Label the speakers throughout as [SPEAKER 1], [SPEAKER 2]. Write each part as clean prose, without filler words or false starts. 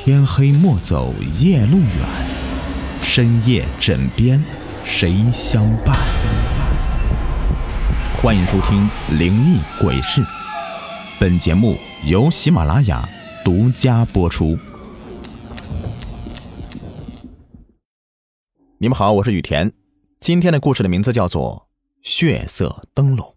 [SPEAKER 1] 天黑莫走夜路远，深夜枕边谁相伴？欢迎收听灵异鬼事，本节目由喜马拉雅独家播出。你们好，我是雨田。今天的故事的名字叫做血色灯笼。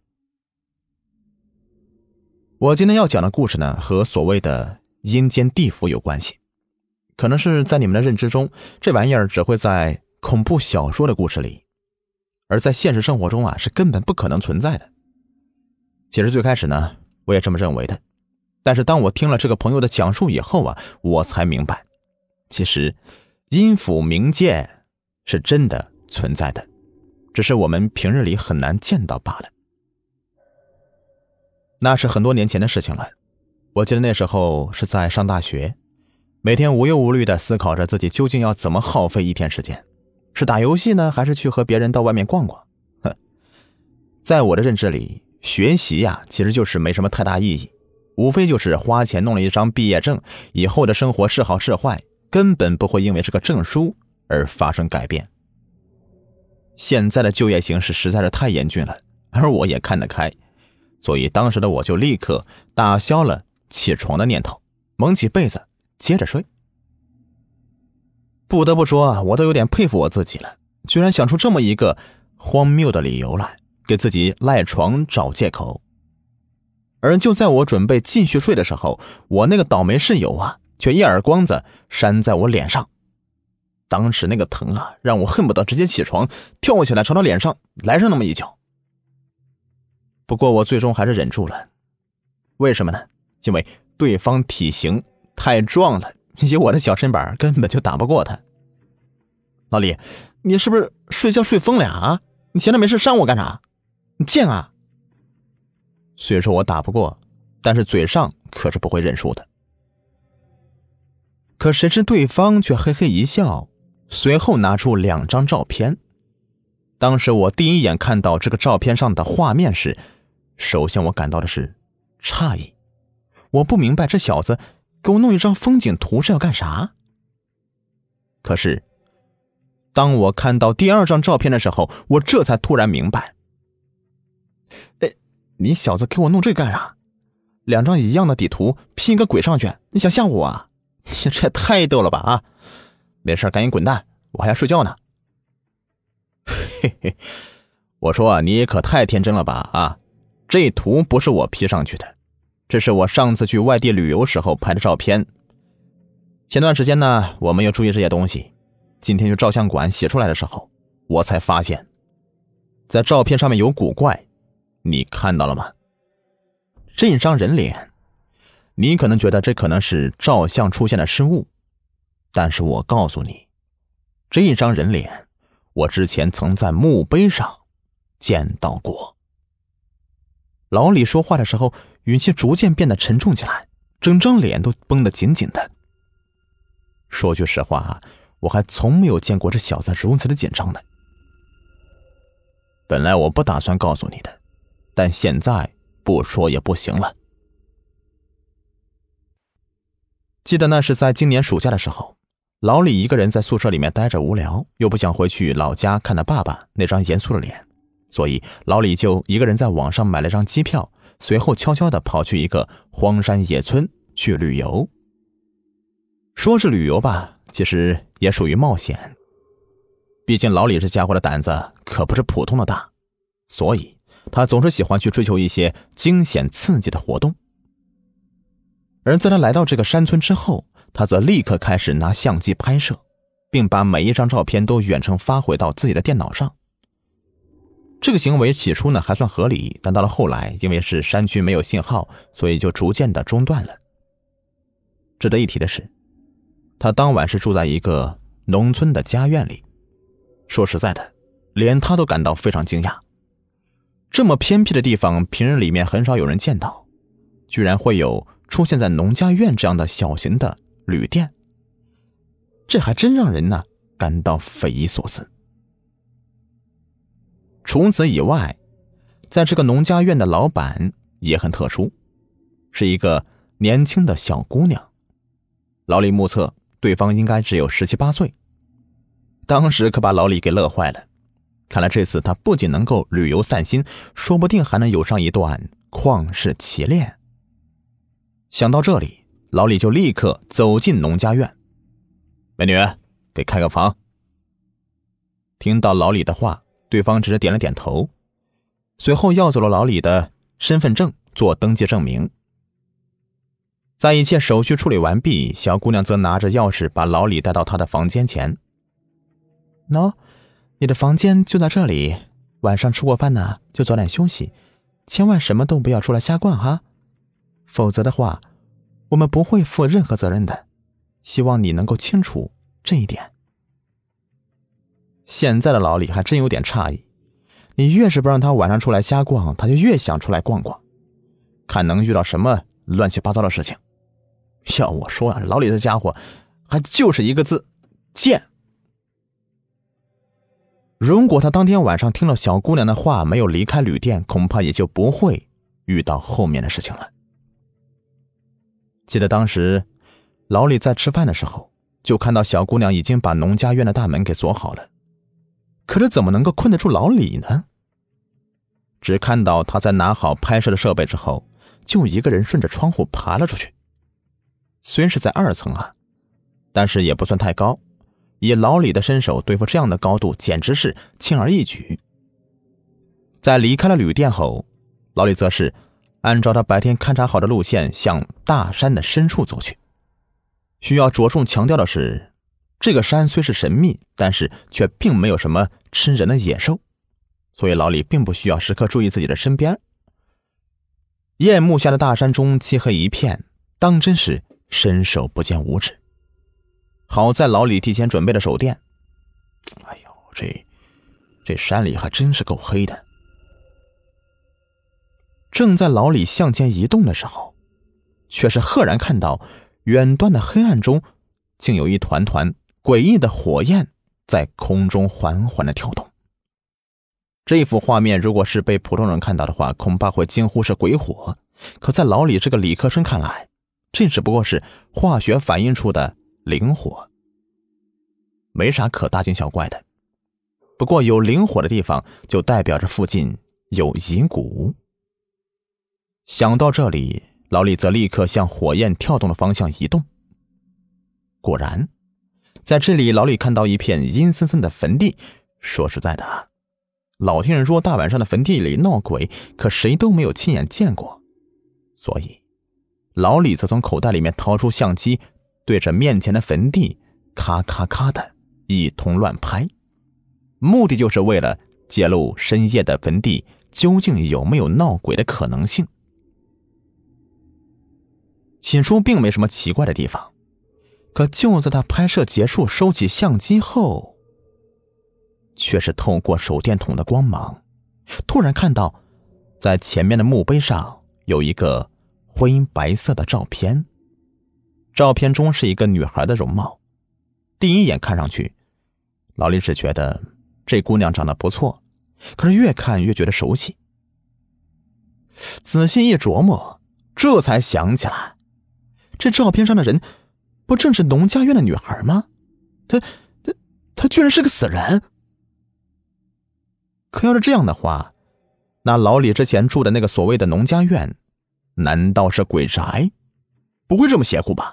[SPEAKER 1] 我今天要讲的故事呢，和所谓的阴间地府有关系。可能是在你们的认知中，这玩意儿只会在恐怖小说的故事里，而在现实生活中啊，是根本不可能存在的。其实最开始呢，我也这么认为的，但是当我听了这个朋友的讲述以后啊，我才明白，其实阴府冥界是真的存在的，只是我们平日里很难见到罢了。那是很多年前的事情了，我记得那时候是在上大学，每天无忧无虑地思考着自己究竟要怎么耗费一天时间，是打游戏呢，还是去和别人到外面逛逛？在我的认知里，学习呀，其实就是没什么太大意义，无非就是花钱弄了一张毕业证，以后的生活是好是坏，根本不会因为这个证书而发生改变。现在的就业形势实在是太严峻了，而我也看得开，所以当时的我就立刻打消了起床的念头，蒙起被子接着睡。不得不说啊，我都有点佩服我自己了，居然想出这么一个荒谬的理由来，给自己赖床找借口。而就在我准备继续睡的时候，我那个倒霉室友啊，却一耳光子扇在我脸上。当时那个疼啊，让我恨不得直接起床跳起来朝他脸上来上那么一脚。不过我最终还是忍住了。为什么呢？因为对方体型太壮了，以我的小身板根本就打不过他。老李，你是不是睡觉睡疯了啊？你闲着没事扇我干啥？你贱啊！虽说我打不过，但是嘴上可是不会认输的。可谁知对方却嘿嘿一笑，随后拿出2张照片。当时我第一眼看到这个照片上的画面时，首先我感到的是诧异。我不明白这小子给我弄一张风景图是要干啥。可是当我看到第2张照片的时候，我这才突然明白。你小子给我弄这干啥？2张一样的底图拼一个鬼上去，你想吓我啊？你这也太逗了吧啊！没事赶紧滚蛋，我还要睡觉呢。嘿嘿，我说啊，你可太天真了吧啊！这图不是我 P 上去的，这是我上次去外地旅游时候拍的照片。前段时间呢，我没有注意这些东西，今天去照相馆写出来的时候，我才发现在照片上面有古怪，你看到了吗？这张人脸，你可能觉得这可能是照相出现的失误，但是我告诉你，这张人脸我之前曾在墓碑上见到过。老李说话的时候，语气逐渐变得沉重起来，整张脸都绷得紧紧的。说句实话啊，我还从没有见过这小子如此的紧张的。本来我不打算告诉你的，但现在不说也不行了。记得那是在今年暑假的时候，老李一个人在宿舍里面待着无聊，又不想回去老家看他爸爸那张严肃的脸，所以老李就一个人在网上买了张机票，随后悄悄地跑去一个荒山野村去旅游。说是旅游吧，其实也属于冒险。毕竟老李这家伙的胆子可不是普通的大，所以他总是喜欢去追求一些惊险刺激的活动。而在他来到这个山村之后，他则立刻开始拿相机拍摄，并把每一张照片都远程发回到自己的电脑上。这个行为起初呢还算合理，但到了后来，因为是山区没有信号，所以就逐渐的中断了。值得一提的是，他当晚是住在一个农村的家院里。说实在的，连他都感到非常惊讶。这么偏僻的地方，平日里面很少有人见到，居然会有出现在农家院这样的小型的旅店，这还真让人呢感到匪夷所思。除此以外，在这个农家院的老板也很特殊，是一个年轻的小姑娘。老李目测对方应该只有17、18岁。当时可把老李给乐坏了，看来这次他不仅能够旅游散心，说不定还能有上一段旷世奇恋。想到这里，老李就立刻走进农家院。美女，给开个房。听到老李的话，对方只是点了点头，随后要走了老李的身份证做登记证明。在一切手续处理完毕，小姑娘则拿着钥匙把老李带到她的房间前。喏，你的房间就在这里，晚上吃过饭呢就早点休息，千万什么都不要出来瞎逛哈，否则的话我们不会负任何责任的，希望你能够清楚这一点。现在的老李还真有点诧异，你越是不让他晚上出来瞎逛，他就越想出来逛逛，看能遇到什么乱七八糟的事情。要我说啊，老李这家伙还就是一个字，贱。如果他当天晚上听了小姑娘的话，没有离开旅店，恐怕也就不会遇到后面的事情了。记得当时老李在吃饭的时候，就看到小姑娘已经把农家院的大门给锁好了，可是怎么能够困得住老李呢？只看到他在拿好拍摄的设备之后，就一个人顺着窗户爬了出去。虽然是在2层啊，但是也不算太高，以老李的身手对付这样的高度简直是轻而易举。在离开了旅店后，老李则是按照他白天勘察好的路线向大山的深处走去。需要着重强调的是，这个山虽是神秘，但是却并没有什么吃人的野兽，所以老李并不需要时刻注意自己的身边。夜幕下的大山中漆黑一片，当真是伸手不见五指。好在老李提前准备了手电，哎呦，这山里还真是够黑的。正在老李向前移动的时候，却是赫然看到远端的黑暗中竟有一团团诡异的火焰在空中缓缓地跳动。这幅画面如果是被普通人看到的话，恐怕会惊呼是鬼火，可在老李这个理科生看来，这只不过是化学反应出的灵火，没啥可大惊小怪的。不过有灵火的地方就代表着附近有遗骨。想到这里，老李则立刻向火焰跳动的方向移动。果然在这里，老李看到一片阴森森的坟地。说实在的，老听人说大晚上的坟地里闹鬼，可谁都没有亲眼见过，所以老李则从口袋里面掏出相机，对着面前的坟地咔咔咔的一通乱拍，目的就是为了揭露深夜的坟地究竟有没有闹鬼的可能性。起初并没什么奇怪的地方，可就在他拍摄结束收起相机后，却是透过手电筒的光芒，突然看到在前面的墓碑上有一个灰白色的照片。照片中是一个女孩的容貌，第一眼看上去，老李只觉得这姑娘长得不错，可是越看越觉得熟悉。仔细一琢磨，这才想起来，这照片上的人不正是农家院的女孩吗？她居然是个死人。可要是这样的话，那老李之前住的那个所谓的农家院，难道是鬼宅？不会这么邪乎吧？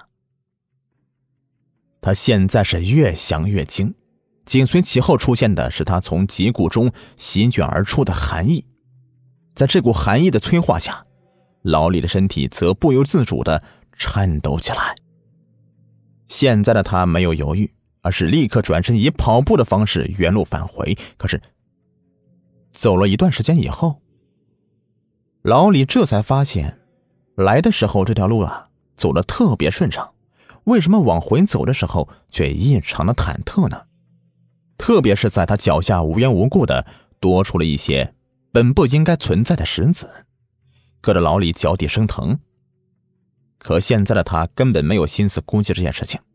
[SPEAKER 1] 他现在是越想越惊，紧随其后出现的是他从脊骨中席卷而出的寒意。在这股寒意的催化下，老李的身体则不由自主地颤抖起来。现在的他没有犹豫，而是立刻转身以跑步的方式原路返回。可是走了一段时间以后，老李这才发现，来的时候这条路走得特别顺畅，为什么往回走的时候却异常的忐忑呢？特别是在他脚下无缘无故的多出了一些本不应该存在的石子，硌得老李脚底生疼。可现在的他根本没有心思估计这件事情。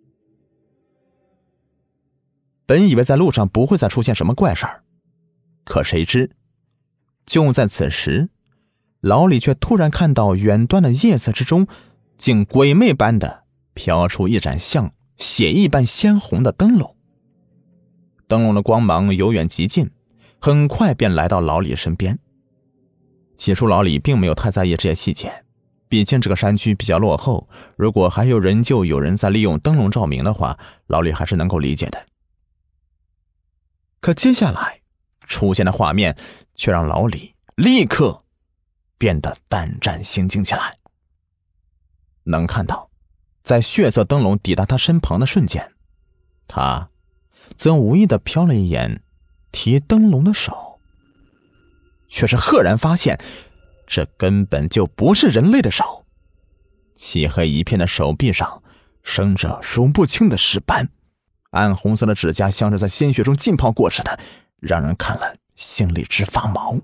[SPEAKER 1] 本以为在路上不会再出现什么怪事儿，可谁知就在此时，老李却突然看到远端的夜色之中，竟鬼魅般的飘出一盏像血一般鲜红的灯笼。灯笼的光芒由远及近，很快便来到老李身边。起初老李并没有太在意这些细节，毕竟这个山区比较落后，如果还有人就有人在利用灯笼照明的话，老李还是能够理解的。可接下来出现的画面却让老李立刻变得胆战心惊起来。能看到在血色灯笼抵达他身旁的瞬间，他则无意地瞟了一眼提灯笼的手，却是赫然发现这根本就不是人类的手。漆黑一片的手臂上生着数不清的尸斑，暗红色的指甲像是在鲜血中浸泡过似的，让人看了心里直发毛。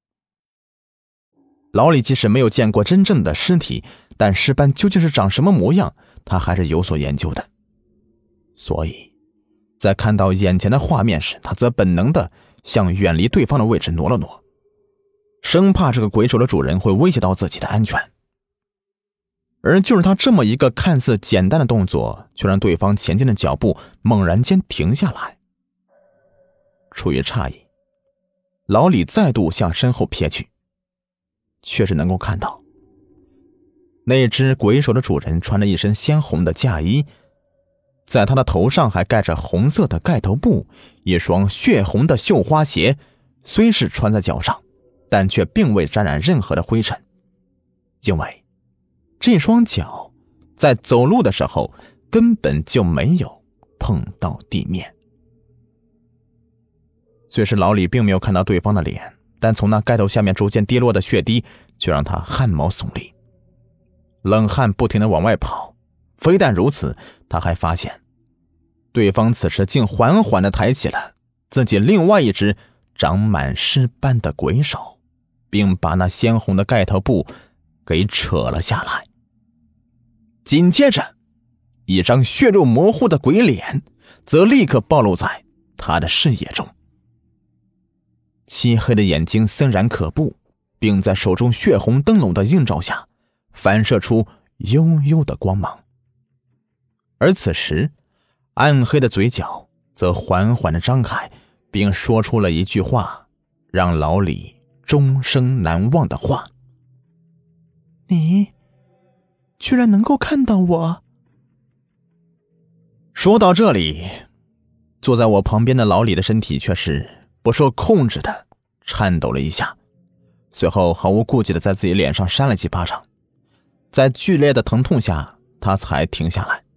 [SPEAKER 1] 老李即使没有见过真正的尸体，但尸斑究竟是长什么模样，他还是有所研究的。所以在看到眼前的画面时，他则本能地向远离对方的位置挪了挪，生怕这个鬼手的主人会威胁到自己的安全。而就是他这么一个看似简单的动作，却让对方前进的脚步猛然间停下来。出于诧异，老李再度向身后瞥去，却是能够看到那只鬼手的主人穿着一身鲜红的嫁衣，在他的头上还盖着红色的盖头布，一双血红的绣花鞋虽是穿在脚上，但却并未沾染任何的灰尘，因为这双脚在走路的时候根本就没有碰到地面。虽是老李并没有看到对方的脸，但从那盖头下面逐渐滴落的血滴却让他汗毛耸立，冷汗不停地往外跑。非但如此，他还发现对方此时竟缓缓地抬起了自己另外一只长满尸斑的鬼手，并把那鲜红的盖头布给扯了下来。紧接着一张血肉模糊的鬼脸则立刻暴露在他的视野中，漆黑的眼睛森然可怖，并在手中血红灯笼的映照下反射出幽幽的光芒。而此时暗黑的嘴角则缓缓地张开，并说出了一句话，让老李终生难忘的话：你居然能够看到我。说到这里，坐在我旁边的老李的身体却是不受控制的颤抖了一下，随后毫无顾忌的在自己脸上扇了几巴掌，在剧烈的疼痛下他才停下来。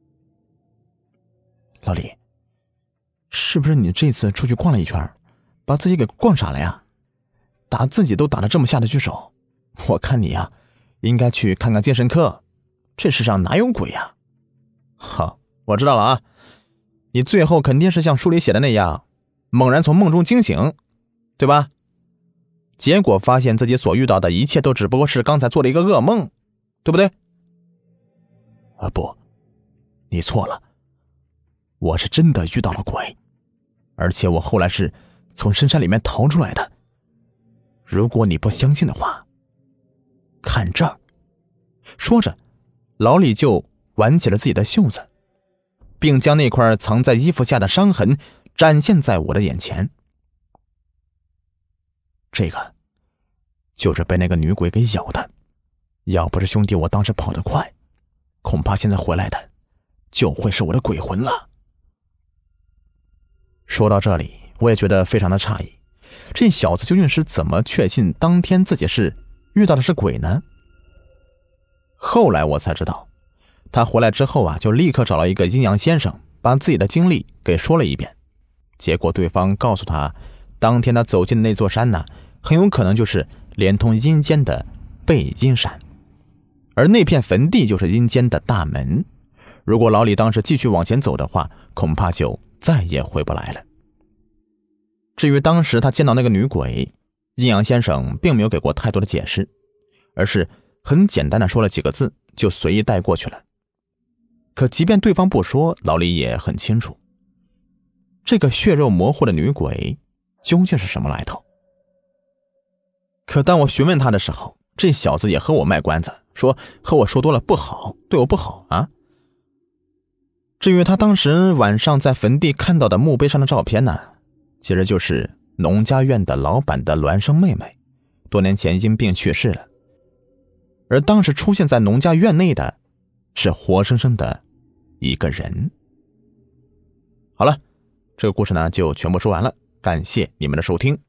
[SPEAKER 1] 老李，是不是你这次出去逛了一圈，把自己给逛傻了呀？打自己都打得这么下得去手，我看你呀，应该去看看精神科，这世上哪有鬼呀？好，我知道了啊，你最后肯定是像书里写的那样，猛然从梦中惊醒，对吧？结果发现自己所遇到的一切都只不过是刚才做了一个噩梦，对不对？不，你错了，我是真的遇到了鬼，而且我后来是从深山里面逃出来的。如果你不相信的话，看这儿。说着，老李就挽起了自己的袖子，并将那块藏在衣服下的伤痕展现在我的眼前。这个就是被那个女鬼给咬的，要不是兄弟我当时跑得快，恐怕现在回来的就会是我的鬼魂了。说到这里，我也觉得非常的诧异，这小子究竟是怎么确信当天自己是遇到的是鬼呢？后来我才知道，他回来之后啊，就立刻找了一个阴阳先生，把自己的经历给说了一遍。结果对方告诉他，当天他走进的那座山呢，很有可能就是连通阴间的背阴山，而那片坟地就是阴间的大门。如果老李当时继续往前走的话，恐怕就再也回不来了。至于当时他见到那个女鬼，阴阳先生并没有给过太多的解释，而是很简单的说了几个字，就随意带过去了。可即便对方不说，老李也很清楚，这个血肉模糊的女鬼究竟是什么来头。可当我询问他的时候，这小子也和我卖关子，说和我说多了不好，对我不好啊。 至于他当时晚上在坟地看到的墓碑上的照片呢，其实就是农家院的老板的孪生妹妹，多年前因病去世了。而当时出现在农家院内的是活生生的一个人。好了，这个故事呢就全部说完了，感谢你们的收听。